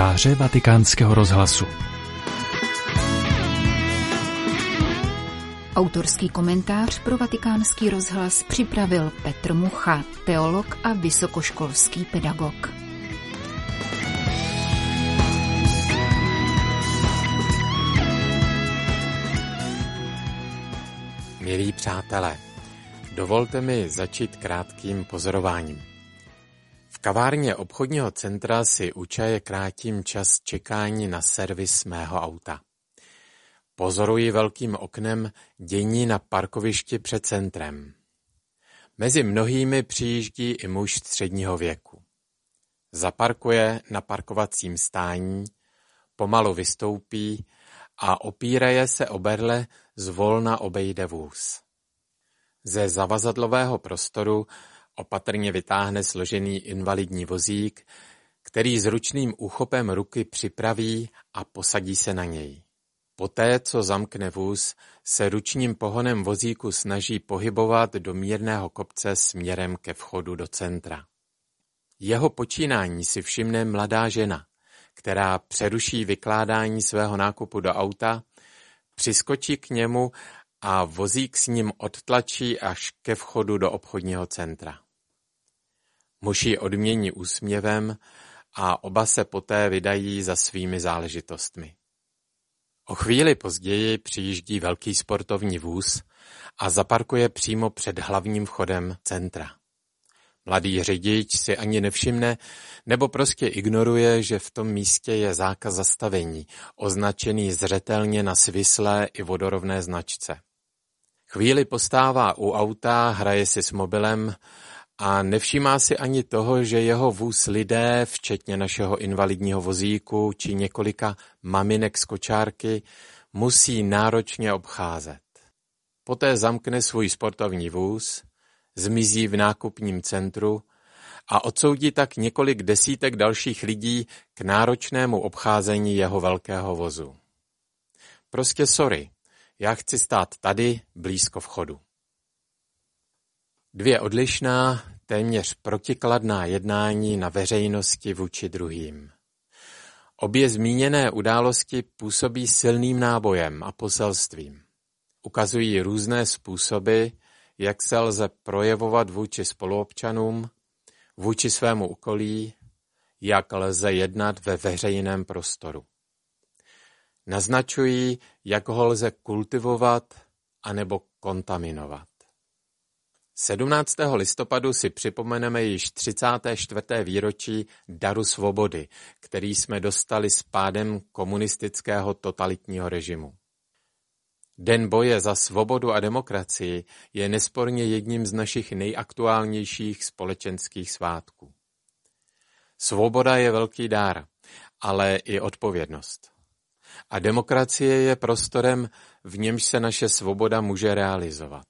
komentáře Vatikánského rozhlasu. Autorský komentář pro Vatikánský rozhlas připravil Petr Mucha, teolog a vysokoškolský pedagog. Milí přátelé, dovolte mi začít krátkým pozorováním. V kavárně obchodního centra si u čaje krátím čas čekání na servis mého auta. Pozoruji velkým oknem dění na parkovišti před centrem. Mezi mnohými přijíždí i muž středního věku. Zaparkuje na parkovacím stání, pomalu vystoupí a opíraje se o berle, zvolna obejde vůz. Ze zavazadlového prostoru opatrně vytáhne složený invalidní vozík, který s ručným úchopem ruky připraví a posadí se na něj. Poté, co zamkne vůz, se ručním pohonem vozíku snaží pohybovat do mírného kopce směrem ke vchodu do centra. Jeho počínání si všimne mladá žena, která přeruší vykládání svého nákupu do auta, přiskočí k němu a vozík s ním odtlačí až ke vchodu do obchodního centra. Muž ji odmění úsměvem a oba se poté vydají za svými záležitostmi. O chvíli později přijíždí velký sportovní vůz a zaparkuje přímo před hlavním vchodem centra. Mladý řidič si ani nevšimne nebo prostě ignoruje, že v tom místě je zákaz zastavení, označený zřetelně na svislé i vodorovné značce. Chvíli postává u auta, hraje si s mobilem a nevšímá si ani toho, že jeho vůz lidé, včetně našeho invalidního vozíku či několika maminek z kočárky, musí náročně obcházet. Poté zamkne svůj sportovní vůz, zmizí v nákupním centru a odsoudí tak několik desítek dalších lidí k náročnému obcházení jeho velkého vozu. Prostě sorry, já chci stát tady, blízko vchodu. Dvě odlišná, téměř protikladná jednání na veřejnosti vůči druhým. Obě zmíněné události působí silným nábojem a poselstvím. Ukazují různé způsoby, jak se lze projevovat vůči spoluobčanům, vůči svému okolí, jak lze jednat ve veřejném prostoru. Naznačují, jak ho lze kultivovat anebo kontaminovat. 17. listopadu si připomeneme již 34. výročí daru svobody, který jsme dostali s pádem komunistického totalitního režimu. Den boje za svobodu a demokracii je nesporně jedním z našich nejaktuálnějších společenských svátků. Svoboda je velký dar, ale i odpovědnost. A demokracie je prostorem, v němž se naše svoboda může realizovat.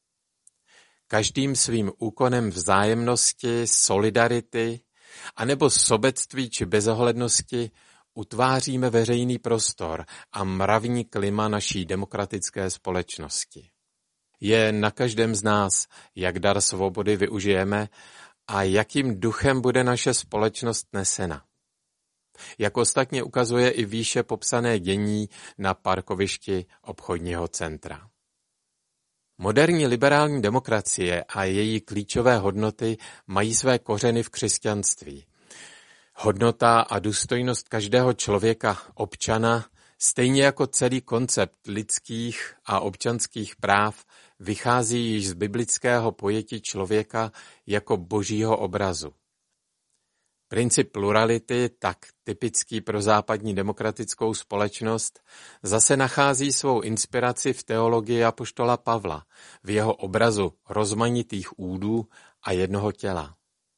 Každým svým úkonem vzájemnosti, solidarity anebo sobectví či bezohlednosti utváříme veřejný prostor a mravní klima naší demokratické společnosti. Je na každém z nás, jak dar svobody využijeme a jakým duchem bude naše společnost nesena. Jak ostatně ukazuje i výše popsané dění na parkovišti obchodního centra. Moderní liberální demokracie a její klíčové hodnoty mají své kořeny v křesťanství. Hodnota a důstojnost každého člověka, občana, stejně jako celý koncept lidských a občanských práv, vychází již z biblického pojetí člověka jako božího obrazu. Princip plurality, tak typický pro západní demokratickou společnost, zase nachází svou inspiraci v teologii apoštola Pavla, v jeho obrazu rozmanitých údů a jednoho těla.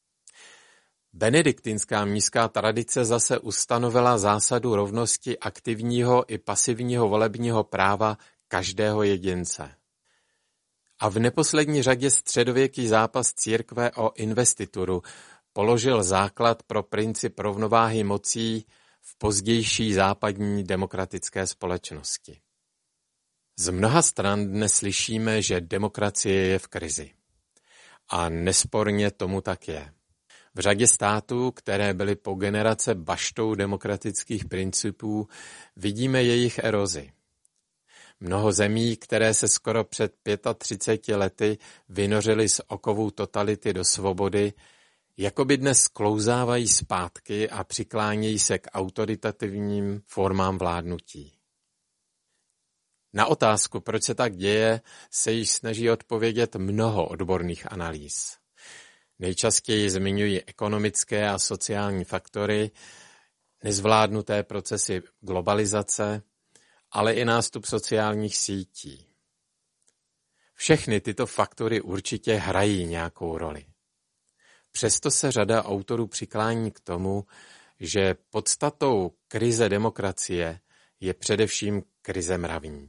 Benediktinská mníšská tradice zase ustanovila zásadu rovnosti aktivního i pasivního volebního práva každého jedince. A v neposlední řadě středověký zápas církve o investituru položil základ pro princip rovnováhy mocí v pozdější západní demokratické společnosti. Z mnoha stran dnes slyšíme, že demokracie je v krizi. A nesporně tomu tak je. V řadě států, které byly po generace baštou demokratických principů, vidíme jejich erozi. Mnoho zemí, které se skoro před 35 lety vynořily z okovů totality do svobody, jakoby dnes sklouzávají zpátky a přiklánějí se k autoritativním formám vládnutí. Na otázku, proč se tak děje, se již snaží odpovědět mnoho odborných analýz. Nejčastěji zmiňují ekonomické a sociální faktory, nezvládnuté procesy globalizace, ale i nástup sociálních sítí. Všechny tyto faktory určitě hrají nějakou roli. Přesto se řada autorů přiklání k tomu, že podstatou krize demokracie je především krize mravní.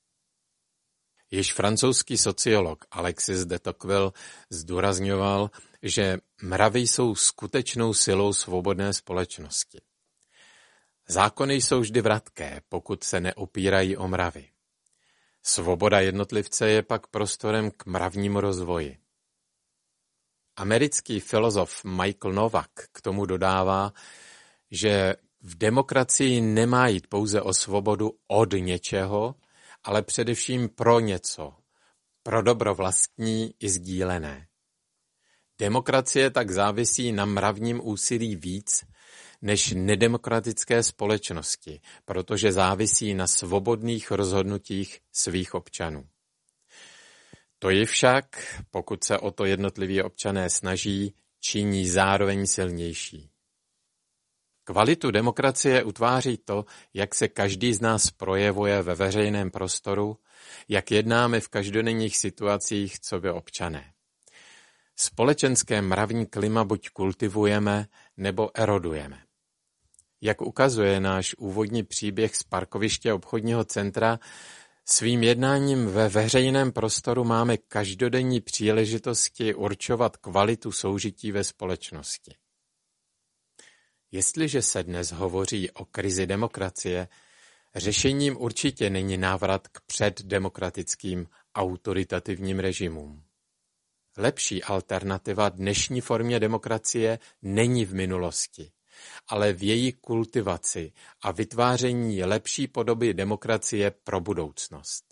Již francouzský sociolog Alexis de Tocqueville zdůrazňoval, že mravy jsou skutečnou silou svobodné společnosti. Zákony jsou vždy vratké, pokud se neopírají o mravy. Svoboda jednotlivce je pak prostorem k mravnímu rozvoji. Americký filozof Michael Novak k tomu dodává, že v demokracii nemá jít pouze o svobodu od něčeho, ale především pro něco, pro dobro vlastní i sdílené. Demokracie tak závisí na mravním úsilí víc než nedemokratické společnosti, protože závisí na svobodných rozhodnutích svých občanů. To je však, pokud se o to jednotliví občané snaží, činí zároveň silnější. Kvalitu demokracie utváří to, jak se každý z nás projevuje ve veřejném prostoru, jak jednáme v každodenních situacích coby občané. Společenské mravní klima buď kultivujeme, nebo erodujeme. Jak ukazuje náš úvodní příběh z parkoviště obchodního centra, svým jednáním ve veřejném prostoru máme každodenní příležitosti určovat kvalitu soužití ve společnosti. Jestliže se dnes hovoří o krizi demokracie, řešením určitě není návrat k předdemokratickým autoritativním režimům. Lepší alternativa dnešní formě demokracie není v minulosti, ale v její kultivaci a vytváření lepší podoby demokracie pro budoucnost.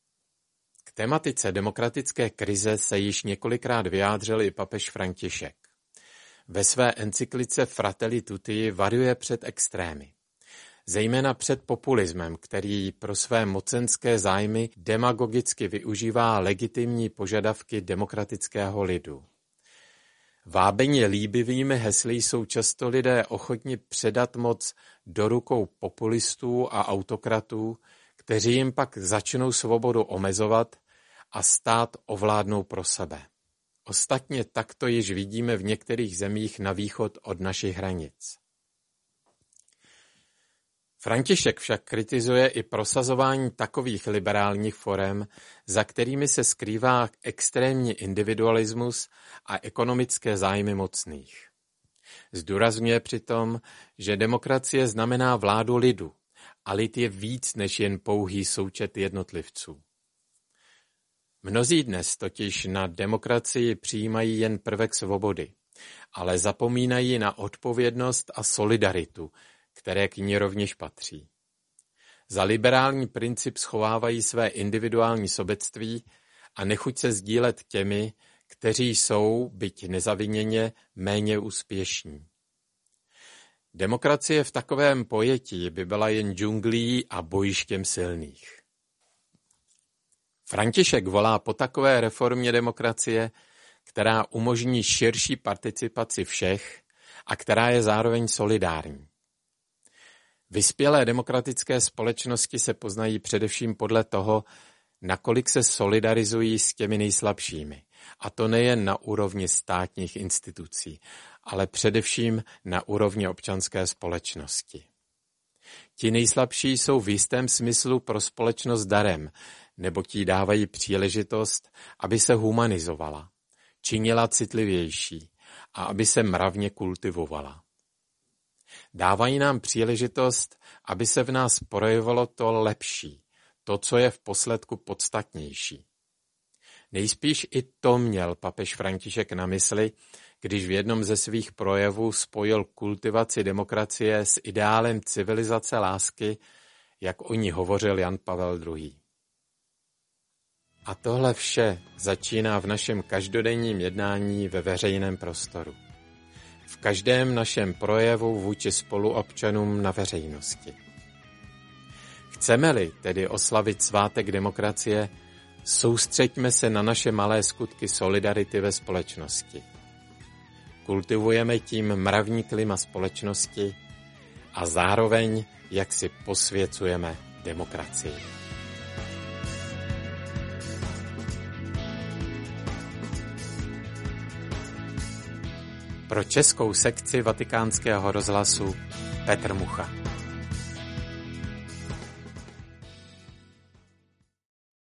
K tematice demokratické krize se již několikrát vyjádřil i papež František. Ve své encyklice Fratelli Tutti varuje před extrémy, zejména před populismem, který pro své mocenské zájmy demagogicky využívá legitimní požadavky demokratického lidu. Vábeni líbivými hesly jsou často lidé ochotni předat moc do rukou populistů a autokratů, kteří jim pak začnou svobodu omezovat a stát ovládnou pro sebe. Ostatně takto již vidíme v některých zemích na východ od našich hranic. František však kritizuje i prosazování takových liberálních forem, za kterými se skrývá extrémní individualismus a ekonomické zájmy mocných. Zdůrazňuje přitom, že demokracie znamená vládu lidu a lid je víc než jen pouhý součet jednotlivců. Mnozí dnes totiž na demokracii přijímají jen prvek svobody, ale zapomínají na odpovědnost a solidaritu, které k ní rovněž patří. Za liberální princip schovávají své individuální sobectví a nechuť se sdílet těmi, kteří jsou, byť nezaviněně, méně úspěšní. Demokracie v takovém pojetí by byla jen džunglí a bojištěm silných. František volá po takové reformě demokracie, která umožní širší participaci všech a která je zároveň solidární. Vyspělé demokratické společnosti se poznají především podle toho, nakolik se solidarizují s těmi nejslabšími, a to nejen na úrovni státních institucí, ale především na úrovni občanské společnosti. Ti nejslabší jsou v jistém smyslu pro společnost darem, nebo ti dávají příležitost, aby se humanizovala, činila citlivější a aby se mravně kultivovala. Dávají nám příležitost, aby se v nás projevilo to lepší, to, co je v posledku podstatnější. Nejspíš i to měl papež František na mysli, když v jednom ze svých projevů spojil kultivaci demokracie s ideálem civilizace lásky, jak o ní hovořil Jan Pavel II. A tohle vše začíná v našem každodenním jednání ve veřejném prostoru. V každém našem projevu vůči spoluobčanům na veřejnosti. Chceme-li tedy oslavit svátek demokracie, soustřeďme se na naše malé skutky solidarity ve společnosti. Kultivujeme tím mravní klima společnosti a zároveň, jak si posvěcujeme demokracii. Pro českou sekci Vatikánského rozhlasu Petr Mucha.